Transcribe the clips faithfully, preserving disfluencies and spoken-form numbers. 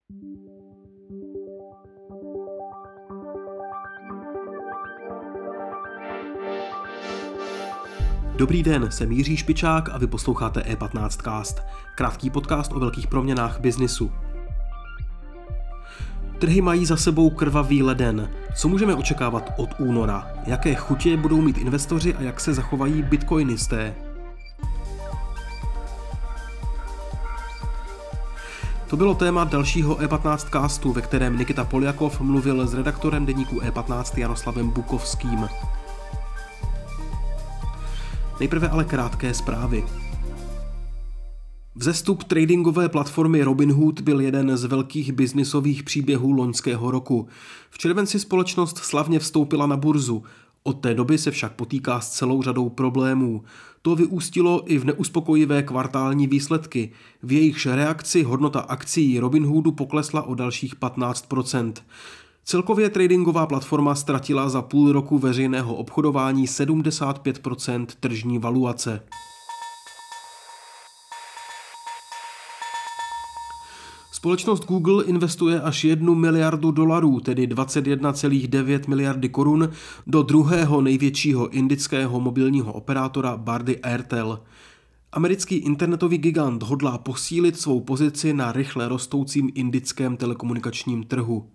Dobrý den, jsem Jiří Špičák a vy posloucháte E patnáct Cast, krátký podcast o velkých proměnách biznisu. Trhy mají za sebou krvavý leden. Co můžeme očekávat od února? Jaké chutě budou mít investoři a jak se zachovají bitcoinisté? To bylo téma dalšího E patnáct Castu, ve kterém Nikita Poljakov mluvil s redaktorem deníku E patnáct Jaroslavem Bukovským. Nejprve ale krátké zprávy. Vzestup tradingové platformy Robinhood byl jeden z velkých biznisových příběhů loňského roku. V červenci společnost slavně vstoupila na burzu. Od té doby se však potýká s celou řadou problémů. To vyústilo i v neuspokojivé kvartální výsledky. V jejichž reakci hodnota akcií Robinhoodu poklesla o dalších patnáct procent. Celkově tradingová platforma ztratila za půl roku veřejného obchodování sedmdesát pět procent tržní valuace. Společnost Google investuje až jednu miliardu dolarů, tedy dvacet jedna celá devět miliardy korun, do druhého největšího indického mobilního operátora Bharti Airtel. Americký internetový gigant hodlá posílit svou pozici na rychle rostoucím indickém telekomunikačním trhu.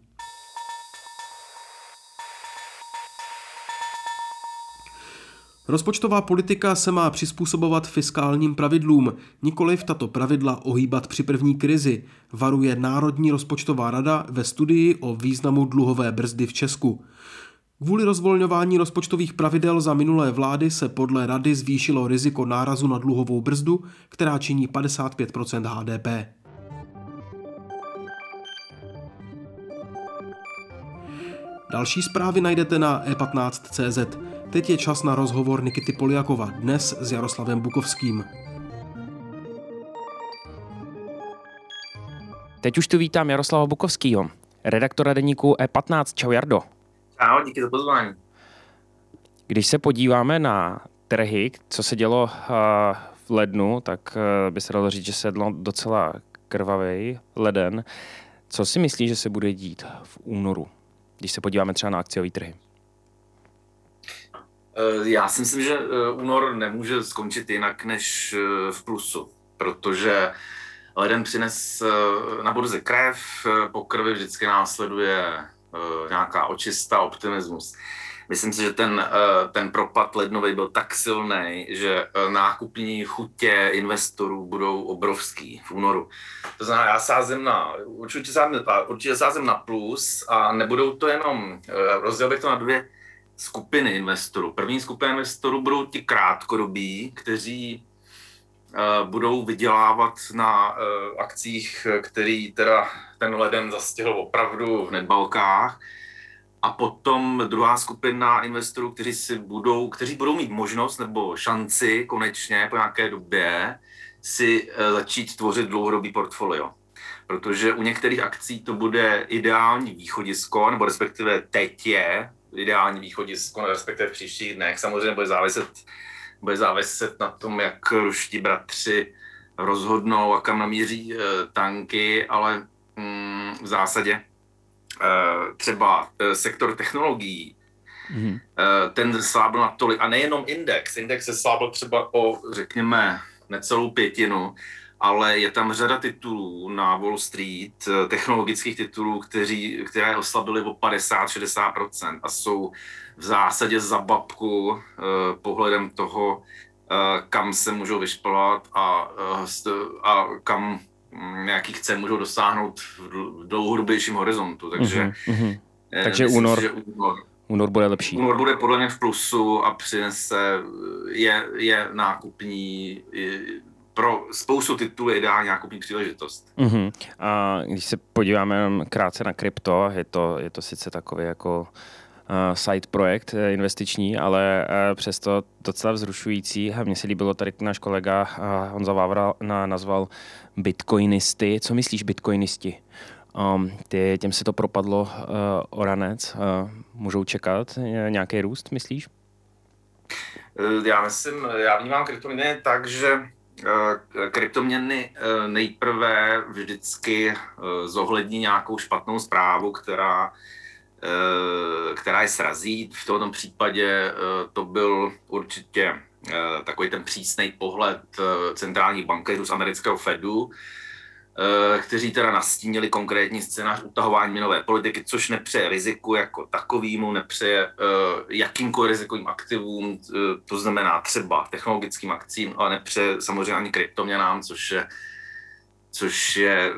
Rozpočtová politika se má přizpůsobovat fiskálním pravidlům, nikoliv tato pravidla ohýbat při první krizi, varuje Národní rozpočtová rada ve studii o významu dluhové brzdy v Česku. Kvůli rozvolňování rozpočtových pravidel za minulé vlády se podle rady zvýšilo riziko nárazu na dluhovou brzdu, která činí padesát pět procent H D P. Další zprávy najdete na e patnáct tečka cé zet. Teď je čas na rozhovor Nikity Poljakova, dnes s Jaroslavem Bukovským. Teď už tu vítám Jaroslava Bukovskýho, redaktora deníku E patnáct. Čau Jardo. Čau, díky za pozvání. Když se podíváme na trhy, co se dělo v lednu, tak by se dalo říct, že se jednalo docela krvavý leden. Co si myslíš, že se bude dít v únoru, když se podíváme třeba na akciové trhy? Já si myslím, že únor nemůže skončit jinak než v plusu, protože leden přines na burze krev, po krvi vždycky následuje nějaká očista, optimismus. Myslím si, že ten, ten propad lednový byl tak silný, že nákupní chutě investorů budou obrovský v únoru. To znamená, já sázím na, určitě sázím, určitě sázím na plus a nebudou to jenom, rozdělil bych to na dvě skupiny investorů. První skupina investorů budou ti krátkodobí, kteří uh, budou vydělávat na uh, akcích, který teda ten leden zastihl opravdu v nedbalkách. A potom druhá skupina investorů, kteří si budou, kteří budou mít možnost nebo šanci konečně po nějaké době si uh, začít tvořit dlouhodobý portfolio. Protože u některých akcí to bude ideální východisko, nebo respektive teď je ideální východisko, respektive v příštích dnech. Samozřejmě bude záviset, bude záviset na tom, jak ruští bratři rozhodnou a kam namíří e, tanky, ale mm, v zásadě e, třeba e, sektor technologií, mm. e, ten slábl natolik, a nejenom index, index se slábl třeba o, řekněme, necelou pětinu, ale je tam řada titulů na Wall Street, technologických titulů, kteří, které oslabily o padesát až šedesát procent a jsou v zásadě za babku eh, pohledem toho, eh, kam se můžou vyšplhat a, a kam nějakých cen můžou dosáhnout v dlouhodobějším horizontu. Takže, mm-hmm. eh, Takže myslím, únor, že únor, únor bude lepší. Únor bude podle mě v plusu a přinese, je, je nákupní, je, pro spoustu titulů je ideální nákupní příležitost. Uh-huh. A když se podíváme krátce na krypto, je to, je to sice takový jako uh, side projekt investiční, ale uh, přesto docela vzrušující. Mně se líbilo, tady náš kolega uh, Honza Vávra na, nazval bitcoinisty. Co myslíš bitcoinisti? Um, ty, těm se to propadlo uh, o ranec. Uh, můžou čekat nějaký růst, myslíš? Já myslím, já vnímám kryptoměny tak, že kryptoměny nejprve vždycky zohlední nějakou špatnou zprávu, která, která je srazí. V tomto případě to byl určitě takový ten přísný pohled centrálních bankéřů z amerického Fedu, kteří teda nastínili konkrétní scénář utahování měnové politiky, což nepřeje riziku jako takovýmu, nepřeje jakýmkoliv rizikovým aktivům, to znamená třeba technologickým akcím, ale nepřeje samozřejmě ani kryptoměnám, což je, což je,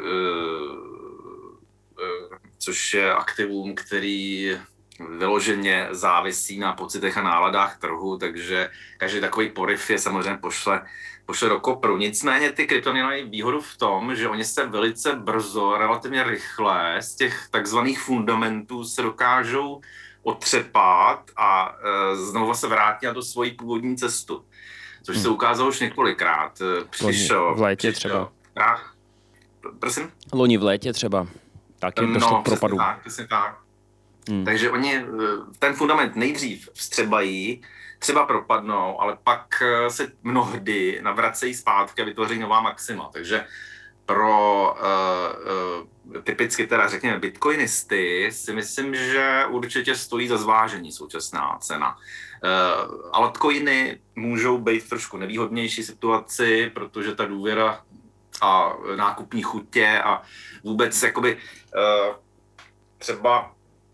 což je aktivum, který vyloženě závisí na pocitech a náladách trhu, takže každý takový poryv je samozřejmě pošle pošle do kopru. Nicméně ty kryptoměny mají výhodu v tom, že oni se velice brzo, relativně rychle z těch takzvaných fundamentů se dokážou otřepat a e, znovu se vrátí na tu svoji původní cestu. Což hmm. se ukázalo už několikrát. Přišel, v létě přišel, třeba. Ach, prosím? Loni v létě třeba. Taky došlo no, k propadu. Tak, přesně tak. Hmm. Takže oni ten fundament nejdřív vstřebají, třeba propadnou, ale pak se mnohdy navracejí zpátky a vytvoří nová maxima. Takže pro uh, uh, typicky teda řekněme bitcoinisty si myslím, že určitě stojí za zvážení současná cena. Uh, altcoiny můžou být v trošku nevýhodnější situaci, protože ta důvěra a nákupní chutě a vůbec jakoby uh, třeba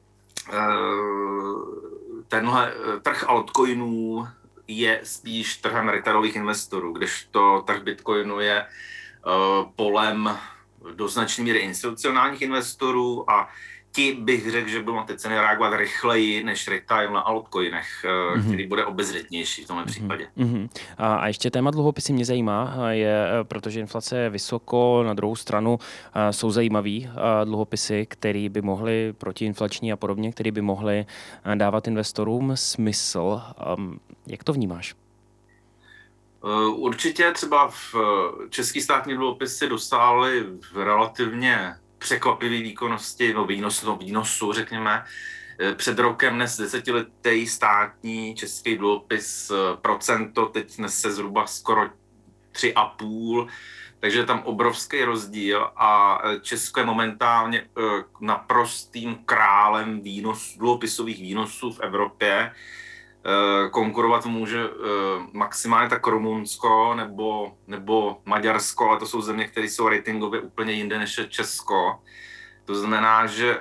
tenhle trh altcoinů je spíš trhem retailových investorů, kdežto trh bitcoinu je polem do značné míry institucionálních investorů a ti bych řekl, že budou na ty ceny reagovat rychleji než retail na altcoinech, mm-hmm. který bude obezřetnější v tomhle mm-hmm. případě. Mm-hmm. A ještě téma dluhopisy mě zajímá, je, protože inflace je vysoko, na druhou stranu jsou zajímavý dluhopisy, které by mohly protiinflační a podobně, které by mohly dávat investorům smysl. Jak to vnímáš? Určitě třeba v český státní dluhopisy dosáhly relativně překvapivý výkonnosti, no výnosu, no výnosu, řekněme. Před rokem dnes desetiletý státní český dluhopis procento teď nese zhruba skoro tři a půl, takže je tam obrovský rozdíl a Česko je momentálně naprostým králem výnos, dluhopisových výnosů v Evropě. Konkurovat může maximálně tak Rumunsko nebo, nebo Maďarsko, ale to jsou země, které jsou ratingově úplně jinde než je Česko. To znamená, že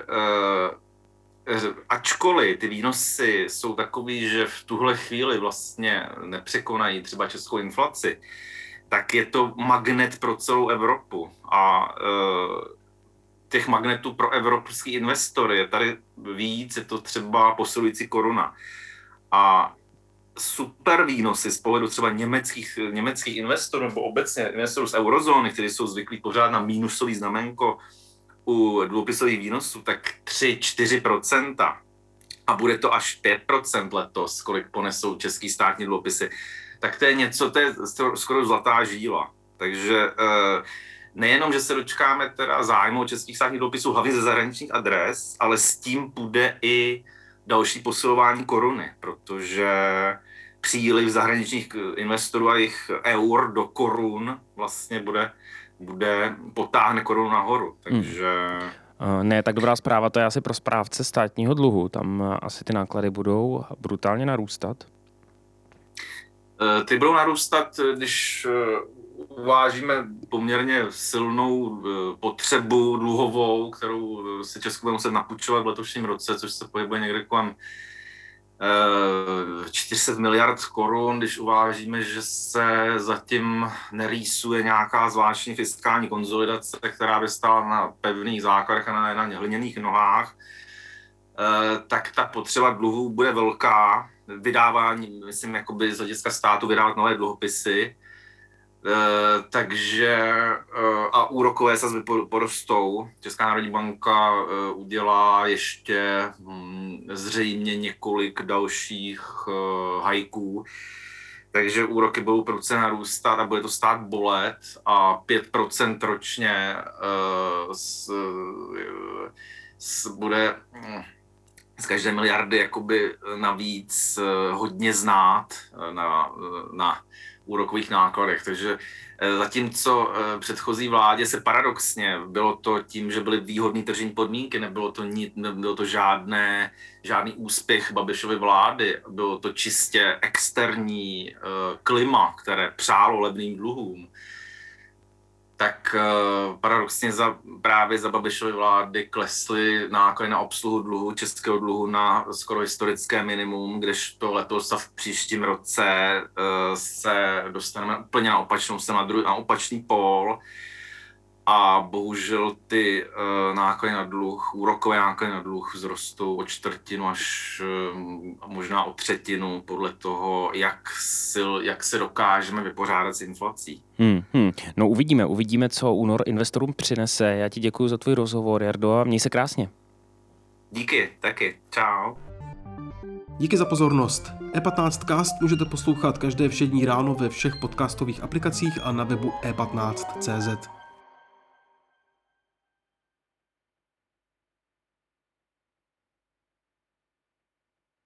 ačkoliv ty výnosy jsou takový, že v tuhle chvíli vlastně nepřekonají třeba českou inflaci, tak je to magnet pro celou Evropu. A těch magnetů pro evropský investory je tady víc, je to třeba posilující koruna. A super výnosy z pohledu třeba německých, německých investorů nebo obecně investorů z eurozóny, kteří jsou zvyklí pořád na mínusový znamenko u dluhopisových výnosů, tak tři až čtyři procenta a bude to až pět procent letos, kolik ponesou český státní dluhopisy, tak to je něco, to je skoro zlatá žíla. Takže nejenom, že se dočkáme teda zájmu českých státních dluhopisů hlavně ze zahraničních adres, ale s tím bude i další posilování koruny, protože příliv zahraničních investorů a jejich eur do korun vlastně bude, bude potáhne korunu nahoru, takže... Hmm. Ne, tak dobrá zpráva, to je asi pro správce státního dluhu, tam asi ty náklady budou brutálně narůstat. Ty budou narůstat, když uvážíme poměrně silnou potřebu dluhovou, kterou si Česko bude muset napůjčovat v letošním roce, což se pohybuje někde kolem čtyři sta miliard korun, když uvážíme, že se zatím nerýsuje nějaká zvláštní fiskální konsolidace, která by stála na pevných základech a na, na hliněných nohách, tak ta potřeba dluhů bude velká. Vydávání, myslím, jakoby z hlediska státu vydávat nové dluhopisy, Uh, takže uh, a úrokové sazby porostou. Česká národní banka uh, udělá ještě hm, zřejmě několik dalších uh, hajků, takže úroky budou prudce narůstat a bude to stát bolet a pět procent ročně uh, s, s, bude hm, z každé miliardy jakoby navíc uh, hodně znát na, na úrokových nákladech. Takže zatímco předchozí vládě se paradoxně bylo to tím, že byly výhodné tržní podmínky, nebylo to, nic, nebylo to žádné, žádný úspěch Babišovy vlády, bylo to čistě externí klima, které přálo levným dluhům, tak paradoxně za, právě za Babišovy vlády klesly náklady na obsluhu dluhu, českého dluhu na skoro historické minimum, kdežto letos a v příštím roce se dostaneme úplně na opačnou stranu, na, druhý, na opačný pól a bohužel ty náklady na dluh, úrokové náklady na dluh vzrostou o čtvrtinu až možná o třetinu podle toho, jak, sil, jak se dokážeme vypořádat s inflací. Hmm, hmm. No uvidíme, uvidíme, co únor investorům přinese. Já ti děkuji za tvůj rozhovor, Jardo, a měj se krásně. Díky, taky. Čau. Díky za pozornost. E patnáct Cast můžete poslouchat každé všední ráno ve všech podcastových aplikacích a na webu e patnáct tečka cé zet.